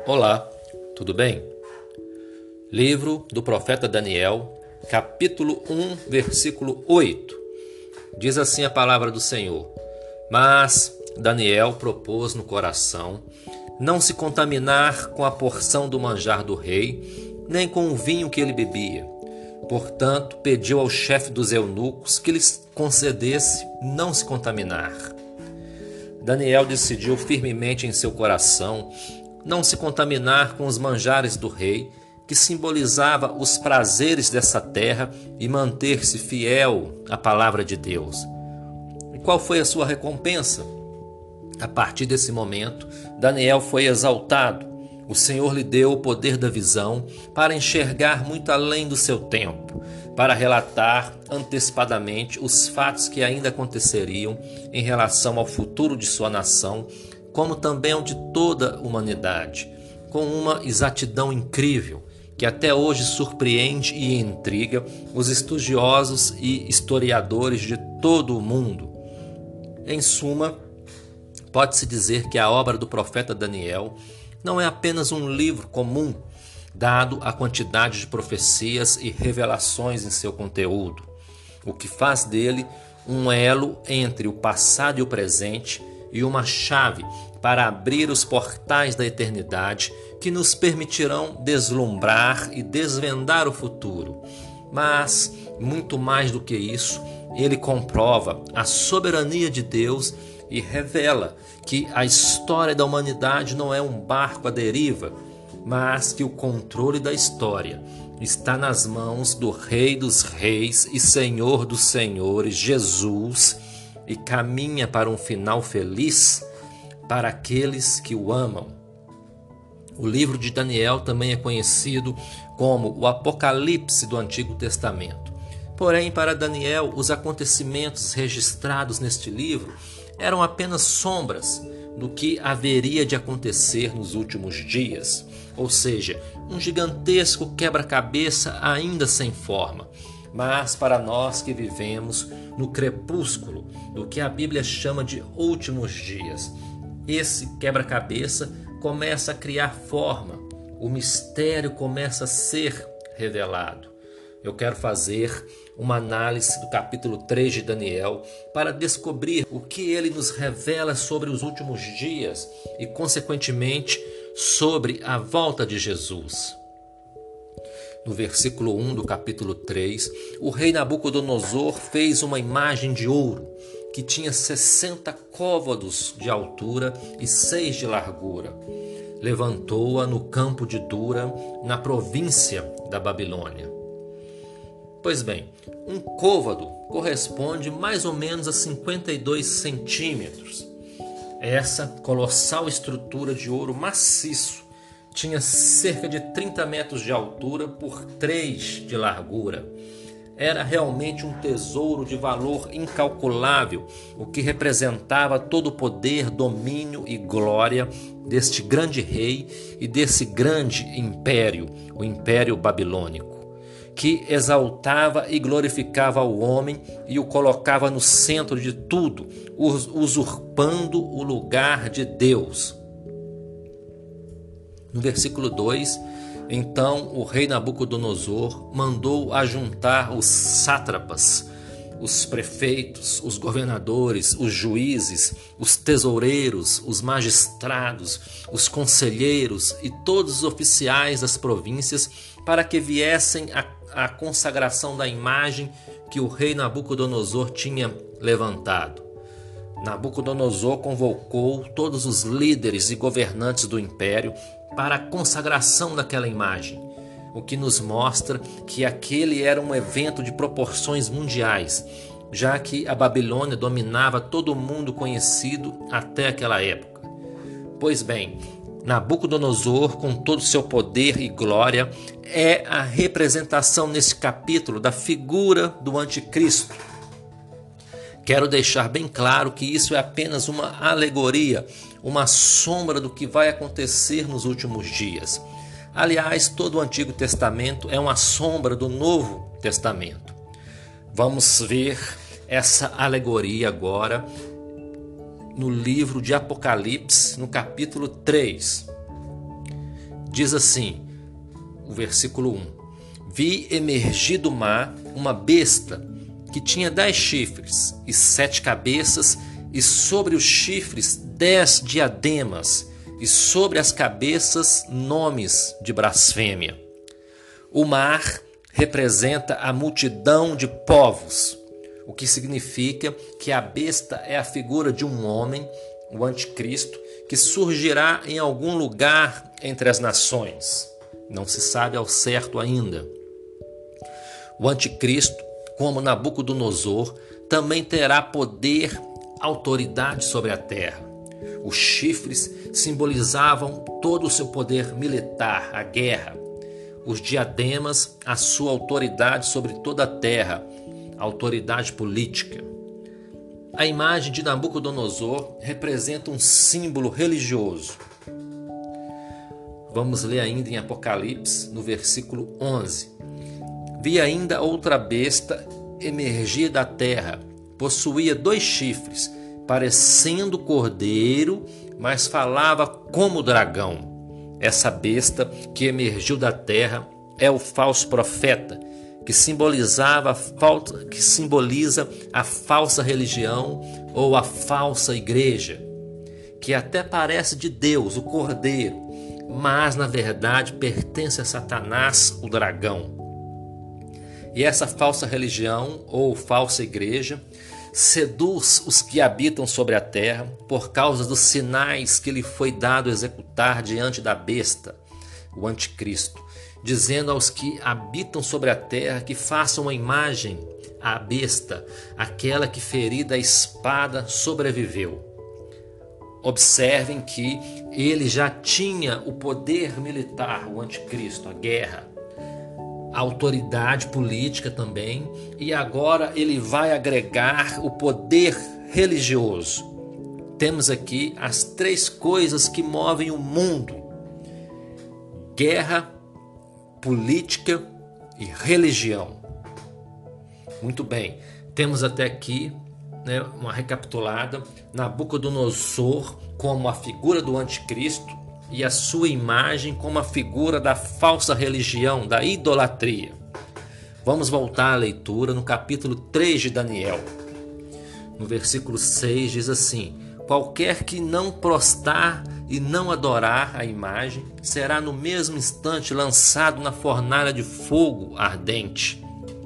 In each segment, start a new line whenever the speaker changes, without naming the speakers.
Olá, tudo bem? Livro do profeta Daniel, capítulo 1, versículo 8. Diz assim a palavra do Senhor: Mas Daniel propôs no coração não se contaminar com a porção do manjar do rei, nem com o vinho que ele bebia. Portanto, pediu ao chefe dos eunucos que lhes concedesse não se contaminar. Daniel decidiu firmemente em seu coração não se contaminar com os manjares do rei, que simbolizava os prazeres dessa terra, e manter-se fiel à palavra de Deus. E qual foi a sua recompensa? A partir desse momento, Daniel foi exaltado. O Senhor lhe deu o poder da visão para enxergar muito além do seu tempo, para relatar antecipadamente os fatos que ainda aconteceriam em relação ao futuro de sua nação, como também ao de toda a humanidade, com uma exatidão incrível, que até hoje surpreende e intriga os estudiosos e historiadores de todo o mundo. Em suma, pode-se dizer que a obra do profeta Daniel não é apenas um livro comum, dado a quantidade de profecias e revelações em seu conteúdo, o que faz dele um elo entre o passado e o presente e uma chave para abrir os portais da eternidade que nos permitirão deslumbrar e desvendar o futuro. Mas, muito mais do que isso, ele comprova a soberania de Deus e revela que a história da humanidade não é um barco à deriva, mas que o controle da história está nas mãos do Rei dos Reis e Senhor dos Senhores, Jesus, e caminha para um final feliz para aqueles que o amam. O livro de Daniel também é conhecido como o Apocalipse do Antigo Testamento. Porém, para Daniel, os acontecimentos registrados neste livro eram apenas sombras do que haveria de acontecer nos últimos dias, ou seja, um gigantesco quebra-cabeça ainda sem forma. Mas para nós que vivemos no crepúsculo do que a Bíblia chama de últimos dias, esse quebra-cabeça começa a criar forma, o mistério começa a ser revelado. Eu quero fazer uma análise do capítulo 3 de Daniel para descobrir o que ele nos revela sobre os últimos dias e, consequentemente, sobre a volta de Jesus. No versículo 1 do capítulo 3, o rei Nabucodonosor fez uma imagem de ouro que tinha 60 côvados de altura e 6 de largura. Levantou-a no campo de Dura, na província da Babilônia. Pois bem, um côvado corresponde mais ou menos a 52 centímetros. Essa colossal estrutura de ouro maciço tinha cerca de 30 metros de altura por 3 de largura. Era realmente um tesouro de valor incalculável, o que representava todo o poder, domínio e glória deste grande rei e desse grande império, o Império Babilônico, que exaltava e glorificava o homem e o colocava no centro de tudo, usurpando o lugar de Deus. No versículo 2, então o rei Nabucodonosor mandou ajuntar os sátrapas, os prefeitos, os governadores, os juízes, os tesoureiros, os magistrados, os conselheiros e todos os oficiais das províncias para que viessem à consagração da imagem que o rei Nabucodonosor tinha levantado. Nabucodonosor convocou todos os líderes e governantes do império para a consagração daquela imagem, o que nos mostra que aquele era um evento de proporções mundiais, já que a Babilônia dominava todo o mundo conhecido até aquela época. Pois bem, Nabucodonosor, com todo o seu poder e glória, é a representação nesse capítulo da figura do anticristo. Quero deixar bem claro que isso é apenas uma alegoria, uma sombra do que vai acontecer nos últimos dias. Aliás, todo o Antigo Testamento é uma sombra do Novo Testamento. Vamos ver essa alegoria agora no livro de Apocalipse, no capítulo 3. Diz assim, o versículo 1: Vi emergir do mar uma besta que tinha 10 chifres e 7 cabeças, e sobre os chifres 10 diademas, e sobre as cabeças nomes de blasfêmia. O mar representa a multidão de povos, o que significa que a besta é a figura de um homem, o anticristo, que surgirá em algum lugar entre as nações. Não se sabe ao certo ainda. O anticristo, como Nabucodonosor, também terá poder, autoridade sobre a terra. Os chifres simbolizavam todo o seu poder militar, a guerra. Os diademas, a sua autoridade sobre toda a terra, a autoridade política. A imagem de Nabucodonosor representa um símbolo religioso. Vamos ler ainda em Apocalipse, no versículo 11. Vi ainda outra besta emergir da terra. Possuía 2 chifres, parecendo cordeiro, mas falava como dragão. Essa besta que emergiu da terra é o falso profeta, que simboliza a falsa religião ou a falsa igreja, que até parece de Deus, o cordeiro, mas na verdade pertence a Satanás, o dragão. E essa falsa religião ou falsa igreja seduz os que habitam sobre a terra por causa dos sinais que lhe foi dado executar diante da besta, o anticristo, dizendo aos que habitam sobre a terra que façam uma imagem à besta, aquela que ferida a espada sobreviveu. Observem que ele já tinha o poder militar, o anticristo, a guerra, a autoridade política também, e agora ele vai agregar o poder religioso. Temos aqui as 3 coisas que movem o mundo: guerra, política e religião. Muito bem, temos até aqui uma recapitulada: Nabucodonosor como a figura do anticristo e a sua imagem como a figura da falsa religião, da idolatria. Vamos voltar à leitura no capítulo 3 de Daniel. No versículo 6 diz assim: qualquer que não prostrar e não adorar a imagem será no mesmo instante lançado na fornalha de fogo ardente.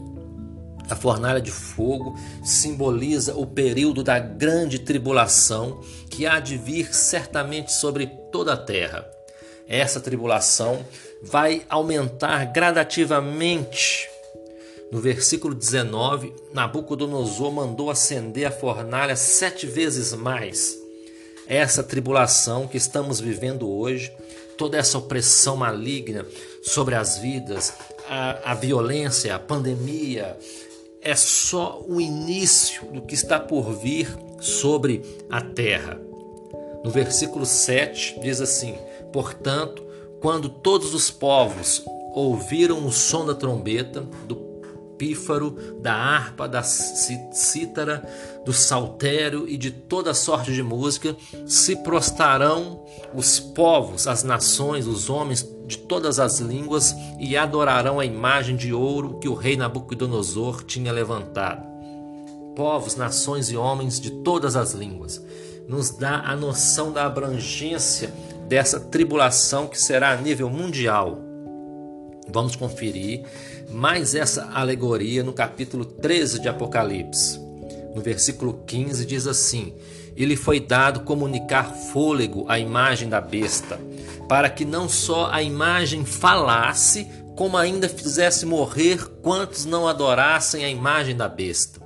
A fornalha de fogo simboliza o período da grande tribulação que há de vir certamente sobre toda a terra. Essa tribulação vai aumentar gradativamente. No versículo 19, Nabucodonosor mandou acender a fornalha 7 vezes mais. Essa tribulação que estamos vivendo hoje, toda essa opressão maligna sobre as vidas, a violência, a pandemia, é só o início do que está por vir sobre a terra. No versículo 7 diz assim: portanto, quando todos os povos ouviram o som da trombeta, do pífaro, da harpa, da cítara, do saltério e de toda sorte de música, se prostrarão os povos, as nações, os homens de todas as línguas e adorarão a imagem de ouro que o rei Nabucodonosor tinha levantado. Povos, nações e homens de todas as línguas. Nos dá a noção da abrangência dessa tribulação que será a nível mundial. Vamos conferir mais essa alegoria no capítulo 13 de Apocalipse. No versículo 15 diz assim: e lhe foi dado comunicar fôlego à imagem da besta, para que não só a imagem falasse, como ainda fizesse morrer quantos não adorassem a imagem da besta.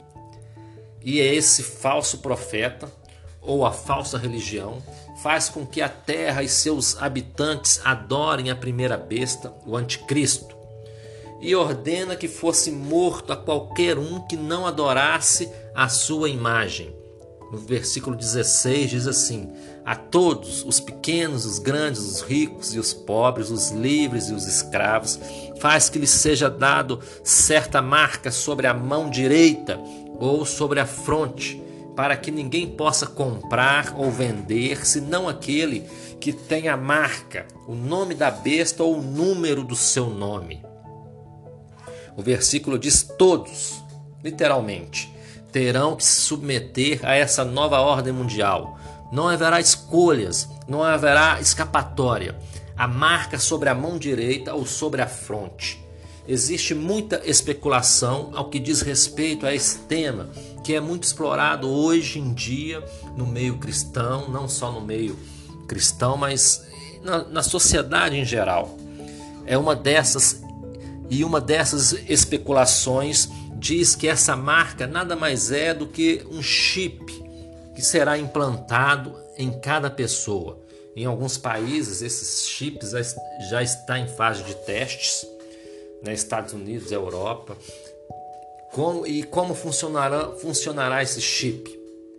E esse falso profeta, ou a falsa religião, faz com que a terra e seus habitantes adorem a primeira besta, o anticristo, e ordena que fosse morto a qualquer um que não adorasse a sua imagem. No versículo 16 diz assim: a todos, os pequenos, os grandes, os ricos e os pobres, os livres e os escravos, faz que lhes seja dado certa marca sobre a mão direita ou sobre a fronte, para que ninguém possa comprar ou vender, senão aquele que tem a marca, o nome da besta ou o número do seu nome. O versículo diz: todos, literalmente, terão que se submeter a essa nova ordem mundial. Não haverá escolhas, não haverá escapatória. A marca sobre a mão direita ou sobre a fronte. Existe muita especulação ao que diz respeito a esse tema, que é muito explorado hoje em dia no meio cristão, não só no meio cristão, mas na sociedade em geral. Uma dessas especulações diz que essa marca nada mais é do que um chip que será implantado em cada pessoa. Em alguns países, esses chips já estão em fase de testes, nos Estados Unidos, Europa. Como funcionará esse chip?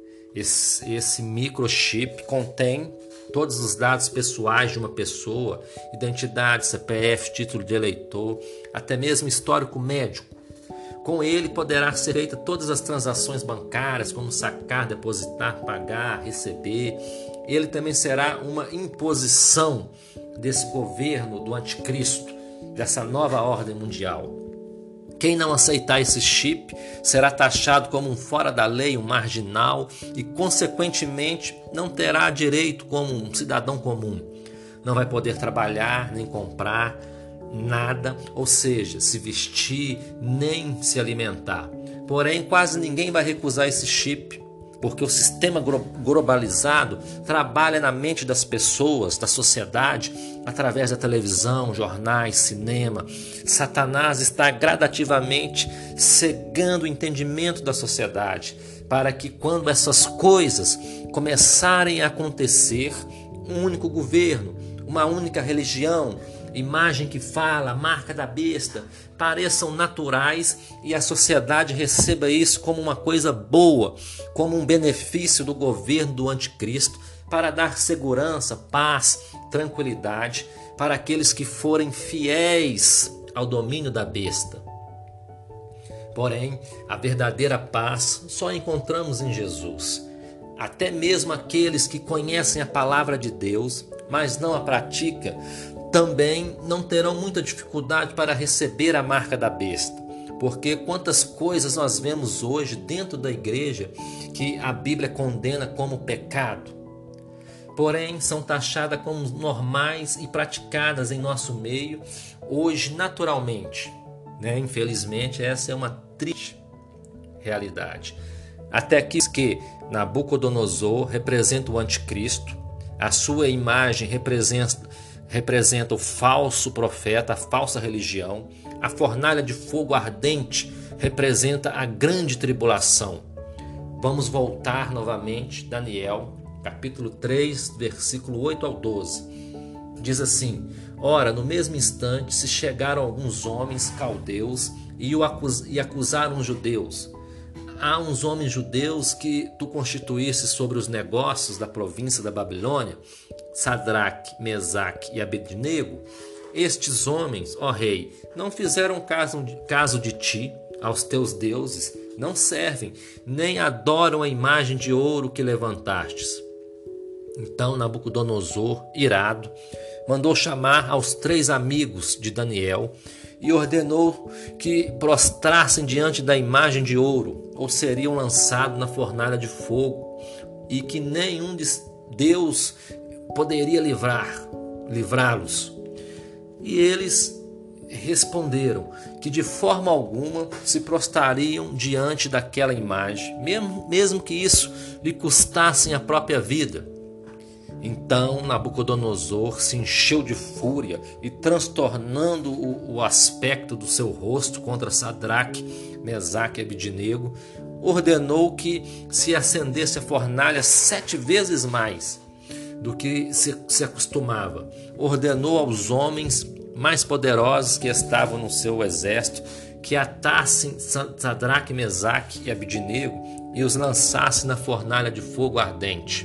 Esse microchip contém todos os dados pessoais de uma pessoa, identidade, CPF, título de eleitor, até mesmo histórico médico. Com ele poderá ser feita todas as transações bancárias, como sacar, depositar, pagar, receber. Ele também será uma imposição desse governo do anticristo, dessa nova ordem mundial. Quem não aceitar esse chip será taxado como um fora da lei, um marginal e, consequentemente, não terá direito como um cidadão comum. Não vai poder trabalhar, nem comprar nada, ou seja, se vestir, nem se alimentar. Porém, quase ninguém vai recusar esse chip, porque o sistema globalizado trabalha na mente das pessoas, da sociedade, através da televisão, jornais, cinema. Satanás está gradativamente cegando o entendimento da sociedade, para que quando essas coisas começarem a acontecer, um único governo, uma única religião, imagem que fala, marca da besta, pareçam naturais e a sociedade receba isso como uma coisa boa, como um benefício do governo do anticristo para dar segurança, paz, tranquilidade para aqueles que forem fiéis ao domínio da besta. Porém, a verdadeira paz só encontramos em Jesus. Até mesmo aqueles que conhecem a palavra de Deus, mas não a praticam, também não terão muita dificuldade para receber a marca da besta. Porque quantas coisas nós vemos hoje dentro da igreja que a Bíblia condena como pecado, porém são taxadas como normais e praticadas em nosso meio hoje naturalmente. Infelizmente, essa é uma triste realidade. Até que Nabucodonosor representa o anticristo, a sua imagem representa o falso profeta, a falsa religião. A fornalha de fogo ardente representa a grande tribulação. Vamos voltar novamente, Daniel, capítulo 3, versículo 8 ao 12. Diz assim: ora, no mesmo instante se chegaram alguns homens caldeus e acusaram os judeus. Há uns homens judeus que tu constituísse sobre os negócios da província da Babilônia, Sadraque, Mesaque e Abednego. Estes homens, ó rei, não fizeram caso de ti, aos teus deuses, não servem, nem adoram a imagem de ouro que levantastes. Então Nabucodonosor, irado, mandou chamar aos 3 amigos de Daniel e ordenou que prostrassem diante da imagem de ouro, ou seriam lançados na fornalha de fogo, e que nenhum Deus poderia livrá-los. E eles responderam que de forma alguma se prostrariam diante daquela imagem, mesmo que isso lhe custasse a própria vida. Então Nabucodonosor se encheu de fúria e, transtornando o aspecto do seu rosto contra Sadraque, Mesaque e Abednego, ordenou que se acendesse a fornalha 7 vezes mais do que se acostumava. Ordenou aos homens mais poderosos que estavam no seu exército que atassem Sadraque, Mesaque e Abednego e os lançassem na fornalha de fogo ardente.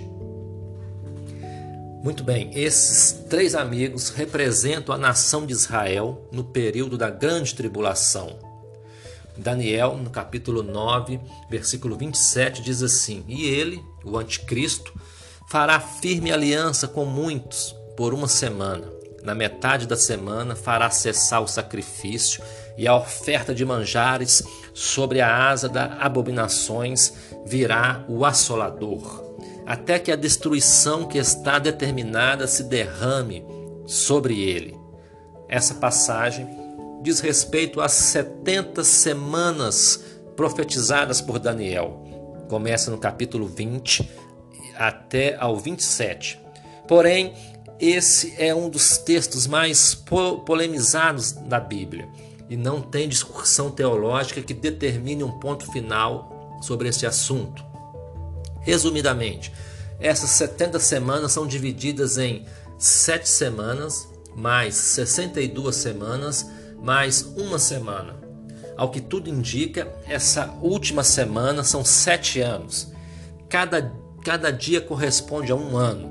Muito bem, esses 3 amigos representam a nação de Israel no período da grande tribulação. Daniel, no capítulo 9, versículo 27, diz assim: E ele, o anticristo, fará firme aliança com muitos por uma semana. Na metade da semana fará cessar o sacrifício e a oferta de manjares. Sobre a asa das abominações virá o assolador, até que a destruição que está determinada se derrame sobre ele. Essa passagem diz respeito às 70 semanas profetizadas por Daniel. Começa no capítulo 20 até ao 27. Porém, esse é um dos textos mais polemizados da Bíblia e não tem discussão teológica que determine um ponto final sobre esse assunto. Resumidamente, essas 70 semanas são divididas em 7 semanas, mais 62 semanas, mais uma semana. Ao que tudo indica, essa última semana são 7 anos. Cada dia corresponde a um ano,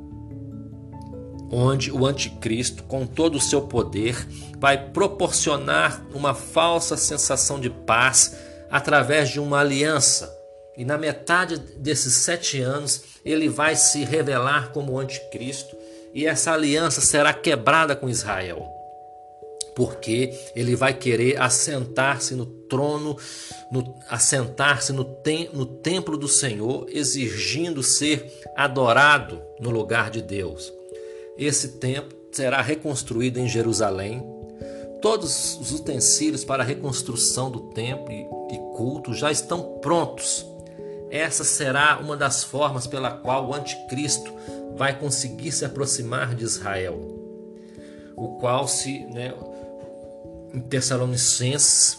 onde o anticristo, com todo o seu poder, vai proporcionar uma falsa sensação de paz através de uma aliança. E na metade desses 7 anos, ele vai se revelar como anticristo, e essa aliança será quebrada com Israel, porque ele vai querer assentar-se no trono, assentar-se no templo do Senhor, exigindo ser adorado no lugar de Deus. Esse templo será reconstruído em Jerusalém. Todos os utensílios para a reconstrução do templo e culto já estão prontos. Essa será uma das formas pela qual o anticristo vai conseguir se aproximar de Israel, o qual em Tessalonicenses,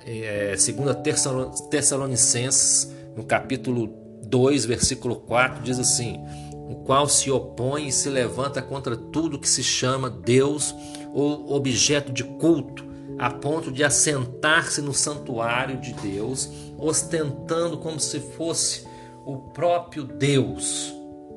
2 Tessalonicenses, no capítulo 2, versículo 4, diz assim: o qual se opõe e se levanta contra tudo que se chama Deus ou objeto de culto, a ponto de assentar-se no santuário de Deus, ostentando como se fosse o próprio Deus.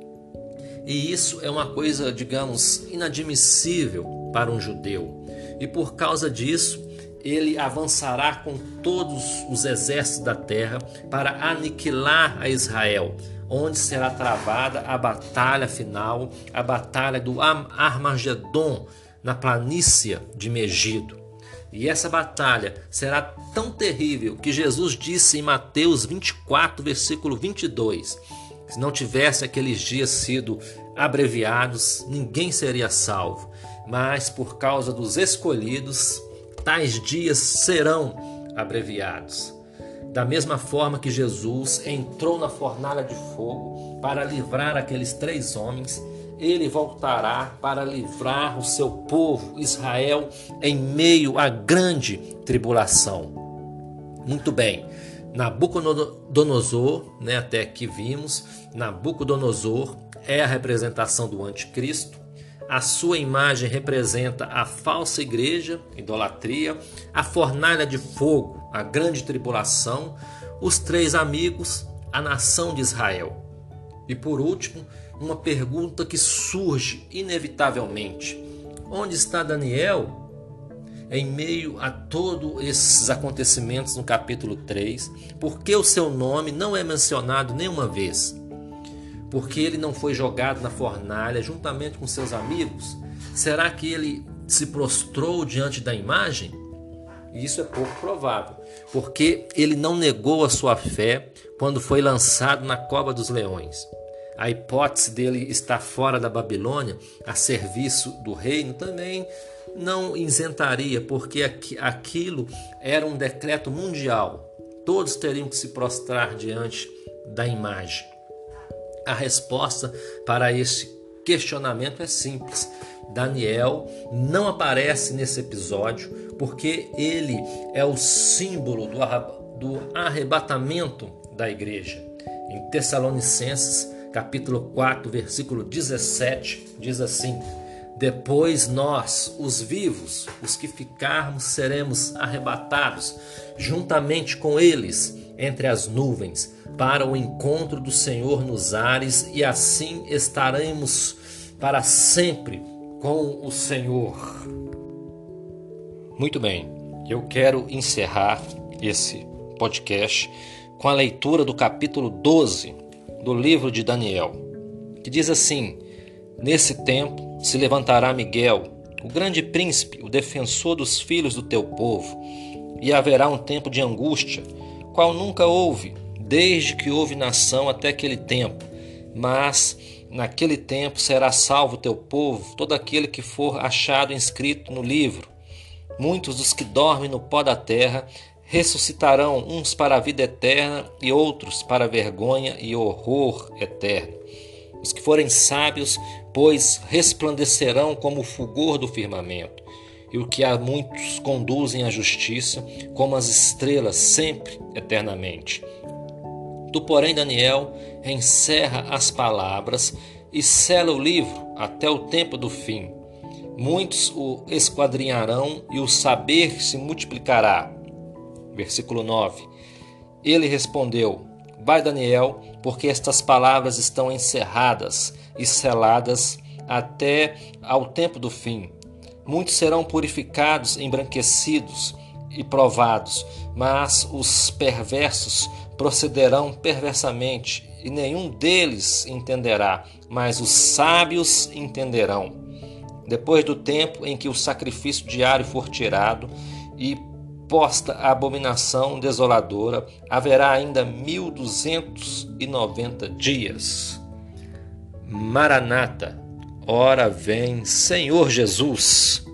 E isso é uma coisa, digamos, inadmissível para um judeu. E por causa disso, ele avançará com todos os exércitos da terra para aniquilar a Israel, onde será travada a batalha final, a batalha do Armagedon, na planície de Megido. E essa batalha será tão terrível que Jesus disse em Mateus 24, versículo 22, se não tivesse aqueles dias sido abreviados, ninguém seria salvo, mas por causa dos escolhidos, tais dias serão abreviados. Da mesma forma que Jesus entrou na fornalha de fogo para livrar aqueles 3 homens, ele voltará para livrar o seu povo, Israel, em meio à grande tribulação. Muito bem, Nabucodonosor, até aqui vimos, Nabucodonosor é a representação do anticristo. A sua imagem representa a falsa igreja, idolatria, a fornalha de fogo, a grande tribulação, os 3 amigos, a nação de Israel. E por último, uma pergunta que surge inevitavelmente: onde está Daniel em meio a todos esses acontecimentos no capítulo 3? Por que o seu nome não é mencionado nenhuma vez? Porque ele não foi jogado na fornalha juntamente com seus amigos? Será que ele se prostrou diante da imagem? Isso é pouco provável, porque ele não negou a sua fé quando foi lançado na cova dos leões. A hipótese dele estar fora da Babilônia, a serviço do reino, também não isentaria, porque aquilo era um decreto mundial. Todos teriam que se prostrar diante da imagem. A resposta para esse questionamento é simples. Daniel não aparece nesse episódio porque ele é o símbolo do arrebatamento da igreja. Em Tessalonicenses, capítulo 4, versículo 17, diz assim: depois nós, os vivos, os que ficarmos, seremos arrebatados juntamente com eles entre as nuvens, para o encontro do Senhor nos ares, e assim estaremos para sempre com o Senhor. Muito bem, eu quero encerrar esse podcast com a leitura do capítulo 12 do livro de Daniel, que diz assim: nesse tempo se levantará Miguel, o grande príncipe, o defensor dos filhos do teu povo, e haverá um tempo de angústia, qual nunca houve, desde que houve nação até aquele tempo. Mas naquele tempo será salvo o teu povo, todo aquele que for achado inscrito no livro. Muitos dos que dormem no pó da terra ressuscitarão, uns para a vida eterna e outros para a vergonha e horror eterno. Os que forem sábios, pois, resplandecerão como o fulgor do firmamento, e o que a muitos conduzem à justiça, como as estrelas, sempre, eternamente. Tu, porém, Daniel, encerra as palavras e sela o livro até o tempo do fim. Muitos o esquadrinharão e o saber se multiplicará. Versículo 9. Ele respondeu: vai, Daniel, porque estas palavras estão encerradas e seladas até ao tempo do fim. Muitos serão purificados, embranquecidos e provados, mas os perversos procederão perversamente, e nenhum deles entenderá, mas os sábios entenderão. Depois do tempo em que o sacrifício diário for tirado e posta a abominação desoladora, haverá ainda 1290 dias. Maranata, ora vem, Senhor Jesus.